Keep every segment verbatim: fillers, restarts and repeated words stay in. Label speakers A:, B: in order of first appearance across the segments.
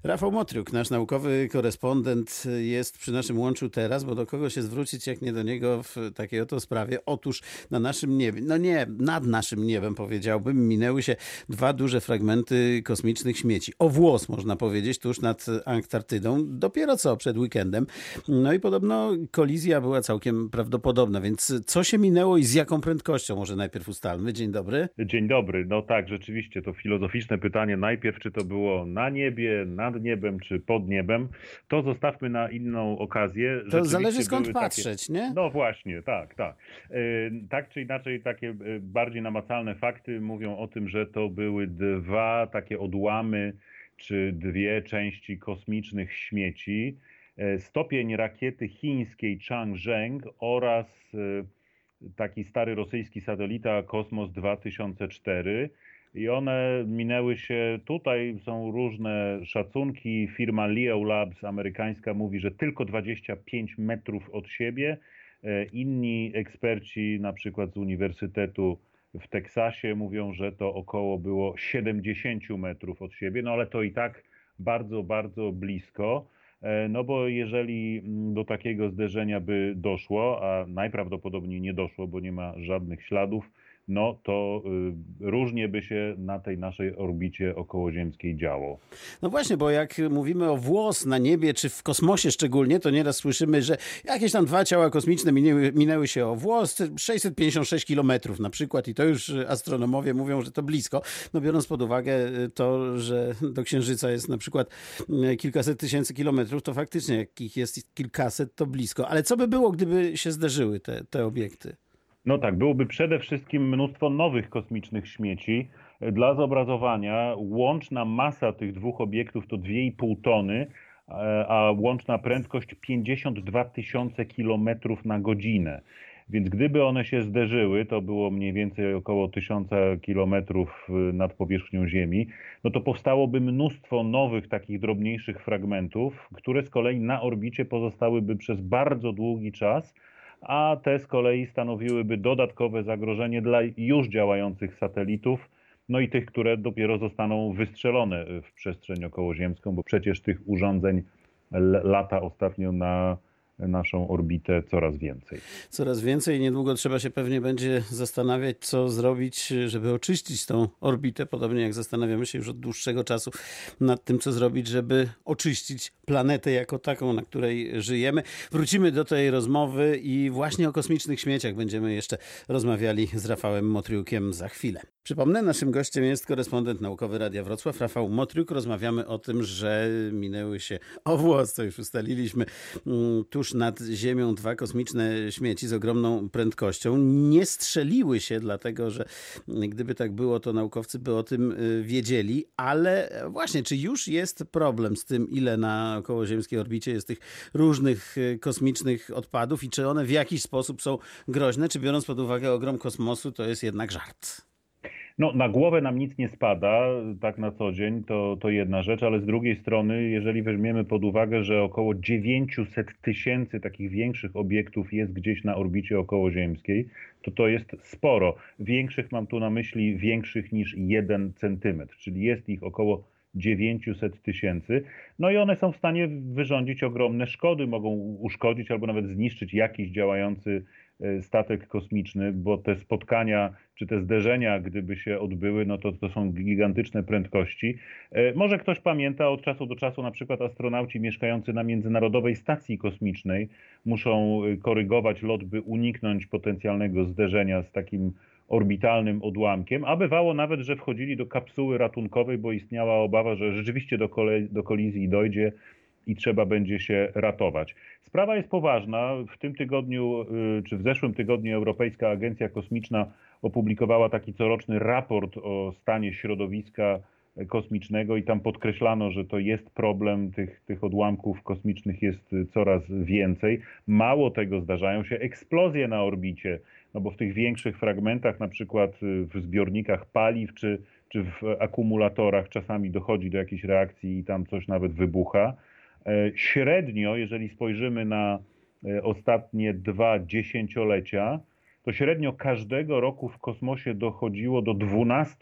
A: Rafał Motriuk, nasz naukowy korespondent, jest przy naszym łączu teraz, bo do kogo się zwrócić, jak nie do niego w takiej oto sprawie. Otóż na naszym niebie, no nie, nad naszym niebem powiedziałbym, minęły się dwa duże fragmenty kosmicznych śmieci. O włos, można powiedzieć, tuż nad Antarktydą, dopiero co przed weekendem. No i podobno kolizja była całkiem prawdopodobna, więc co się minęło i z jaką prędkością, może najpierw ustalmy. Dzień dobry.
B: Dzień dobry. No tak, rzeczywiście to filozoficzne pytanie. Najpierw, czy to było na niebie, nad niebem, czy pod niebem. To zostawmy na inną okazję.
A: To zależy
B: Rzeczywiście
A: skąd
B: były takie.
A: patrzeć, nie?
B: No właśnie, tak, tak. E, Tak czy inaczej, takie e, bardziej namacalne fakty mówią o tym, że to były dwa takie odłamy, czy dwie części kosmicznych śmieci. E, Stopień rakiety chińskiej Changzheng oraz e, taki stary rosyjski satelita Kosmos dwa tysiące cztery i one minęły się, tutaj są różne szacunki, firma Leo Labs amerykańska mówi, że tylko dwadzieścia pięć metrów od siebie. E, Inni eksperci, na przykład z Uniwersytetu w Teksasie, mówią, że to około było siedemdziesiąt metrów od siebie, no ale to i tak bardzo, bardzo blisko. E, No bo jeżeli mm, do takiego zderzenia by doszło, a najprawdopodobniej nie doszło, bo nie ma żadnych śladów, no to y, różnie by się na tej naszej orbicie okołoziemskiej działo.
A: No właśnie, bo jak mówimy o włos na niebie, czy w kosmosie szczególnie, to nieraz słyszymy, że jakieś tam dwa ciała kosmiczne minęły, minęły się o włos, sześćset pięćdziesiąt sześć kilometrów na przykład i to już astronomowie mówią, że to blisko. No biorąc pod uwagę to, że do Księżyca jest na przykład kilkaset tysięcy kilometrów, to faktycznie jak ich jest kilkaset, to blisko. Ale co by było, gdyby się zderzyły te, te obiekty?
B: No tak, byłoby przede wszystkim mnóstwo nowych kosmicznych śmieci. Dla zobrazowania łączna masa tych dwóch obiektów to dwie i pół tony, e, a łączna prędkość pięćdziesiąt dwa tysiące kilometrów na godzinę. Więc gdyby one się zderzyły, to było mniej więcej około tysiąca kilometrów y, nad powierzchnią Ziemi, no to powstałoby mnóstwo nowych, takich drobniejszych fragmentów, które z kolei na orbicie pozostałyby przez bardzo długi czas, a te z kolei stanowiłyby dodatkowe zagrożenie dla już działających satelitów, no i tych, które dopiero zostaną wystrzelone w przestrzeń okołoziemską, bo przecież tych urządzeń l- lata ostatnio na naszą orbitę coraz więcej.
A: Coraz więcej. Niedługo trzeba się pewnie będzie zastanawiać, co zrobić, żeby oczyścić tą orbitę. Podobnie jak zastanawiamy się już od dłuższego czasu nad tym, co zrobić, żeby oczyścić planetę jako taką, na której żyjemy. Wrócimy do tej rozmowy i właśnie o kosmicznych śmieciach będziemy jeszcze rozmawiali z Rafałem Motriukiem za chwilę. Przypomnę, naszym gościem jest korespondent naukowy Radia Wrocław, Rafał Motriuk. Rozmawiamy o tym, że minęły się o włos, co już ustaliliśmy, mm, tuż nad Ziemią dwa kosmiczne śmieci z ogromną prędkością. Nie strzeliły się, dlatego że mm, gdyby tak było, to naukowcy by o tym y, wiedzieli, ale właśnie, czy już jest problem z tym, ile na okołoziemskiej orbicie jest tych różnych y, kosmicznych odpadów i czy one w jakiś sposób są groźne, czy biorąc pod uwagę ogrom kosmosu, to jest jednak żart?
B: No, na głowę nam nic nie spada, tak na co dzień, to, to jedna rzecz, ale z drugiej strony, jeżeli weźmiemy pod uwagę, że około dziewięćset tysięcy takich większych obiektów jest gdzieś na orbicie okołoziemskiej, to to jest sporo. Większych mam tu na myśli większych niż jeden centymetr, czyli jest ich około dziewięćset tysięcy. No i one są w stanie wyrządzić ogromne szkody, mogą uszkodzić albo nawet zniszczyć jakiś działający e, statek kosmiczny, bo te spotkania czy te zderzenia, gdyby się odbyły, no to to są gigantyczne prędkości. E, Może ktoś pamięta, od czasu do czasu na przykład astronauci mieszkający na Międzynarodowej Stacji Kosmicznej muszą e, korygować lot, by uniknąć potencjalnego zderzenia z takim orbitalnym odłamkiem, a bywało nawet, że wchodzili do kapsuły ratunkowej, bo istniała obawa, że rzeczywiście do, kole, do kolizji dojdzie i trzeba będzie się ratować. Sprawa jest poważna. W tym tygodniu, y, czy w zeszłym tygodniu Europejska Agencja Kosmiczna opublikowała taki coroczny raport o stanie środowiska kosmicznego i tam podkreślano, że to jest problem, tych, tych odłamków kosmicznych jest coraz więcej. Mało tego, zdarzają się eksplozje na orbicie, no bo w tych większych fragmentach, na przykład w zbiornikach paliw czy, czy w akumulatorach czasami dochodzi do jakiejś reakcji i tam coś nawet wybucha. E, Średnio, jeżeli spojrzymy na e, ostatnie dwa dziesięciolecia, to średnio każdego roku w kosmosie dochodziło do dwunastu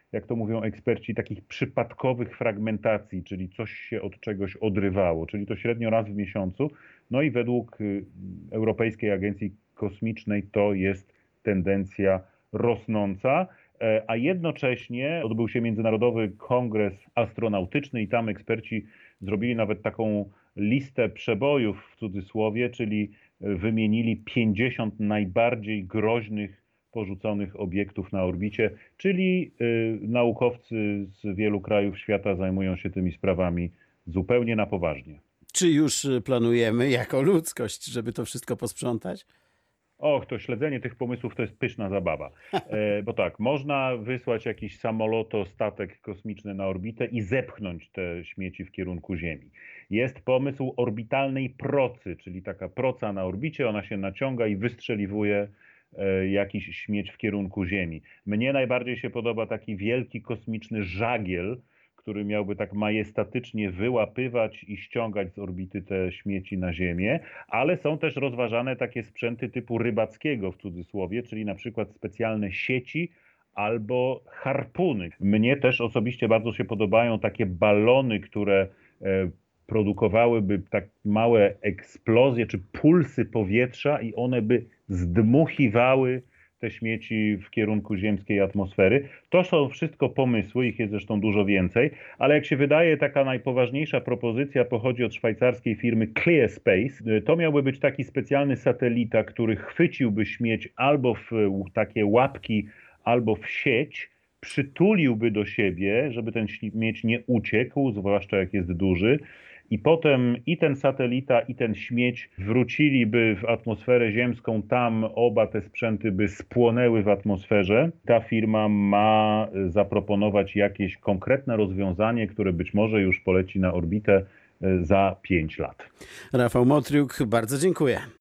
B: jak to mówią eksperci, takich przypadkowych fragmentacji, czyli coś się od czegoś odrywało, czyli to średnio raz w miesiącu. No i według Europejskiej Agencji Kosmicznej to jest tendencja rosnąca, a jednocześnie odbył się Międzynarodowy Kongres Astronautyczny i tam eksperci zrobili nawet taką listę przebojów w cudzysłowie, czyli wymienili pięćdziesiąt najbardziej groźnych porzuconych obiektów na orbicie, czyli y, naukowcy z wielu krajów świata zajmują się tymi sprawami zupełnie na poważnie.
A: Czy już planujemy jako ludzkość, żeby to wszystko posprzątać?
B: Och, to śledzenie tych pomysłów to jest pyszna zabawa. E, bo tak, można wysłać jakiś samoloto, statek kosmiczny na orbitę i zepchnąć te śmieci w kierunku Ziemi. Jest pomysł orbitalnej procy, czyli taka proca na orbicie, ona się naciąga i wystrzeliwuje e, jakiś śmieć w kierunku Ziemi. Mnie najbardziej się podoba taki wielki kosmiczny żagiel, który miałby tak majestatycznie wyłapywać i ściągać z orbity te śmieci na Ziemię, ale są też rozważane takie sprzęty typu rybackiego w cudzysłowie, czyli na przykład specjalne sieci albo harpuny. Mnie też osobiście bardzo się podobają takie balony, które e, produkowałyby tak małe eksplozje czy pulsy powietrza i one by zdmuchiwały te śmieci w kierunku ziemskiej atmosfery. To są wszystko pomysły, ich jest zresztą dużo więcej, ale jak się wydaje, taka najpoważniejsza propozycja pochodzi od szwajcarskiej firmy ClearSpace. To miałby być taki specjalny satelita, który chwyciłby śmieć albo w takie łapki, albo w sieć, przytuliłby do siebie, żeby ten śmieć nie uciekł, zwłaszcza jak jest duży. I potem i ten satelita, i ten śmieć wróciliby w atmosferę ziemską, tam oba te sprzęty by spłonęły w atmosferze. Ta firma ma zaproponować jakieś konkretne rozwiązanie, które być może już poleci na orbitę za pięć lat.
A: Rafał Motriuk, bardzo dziękuję.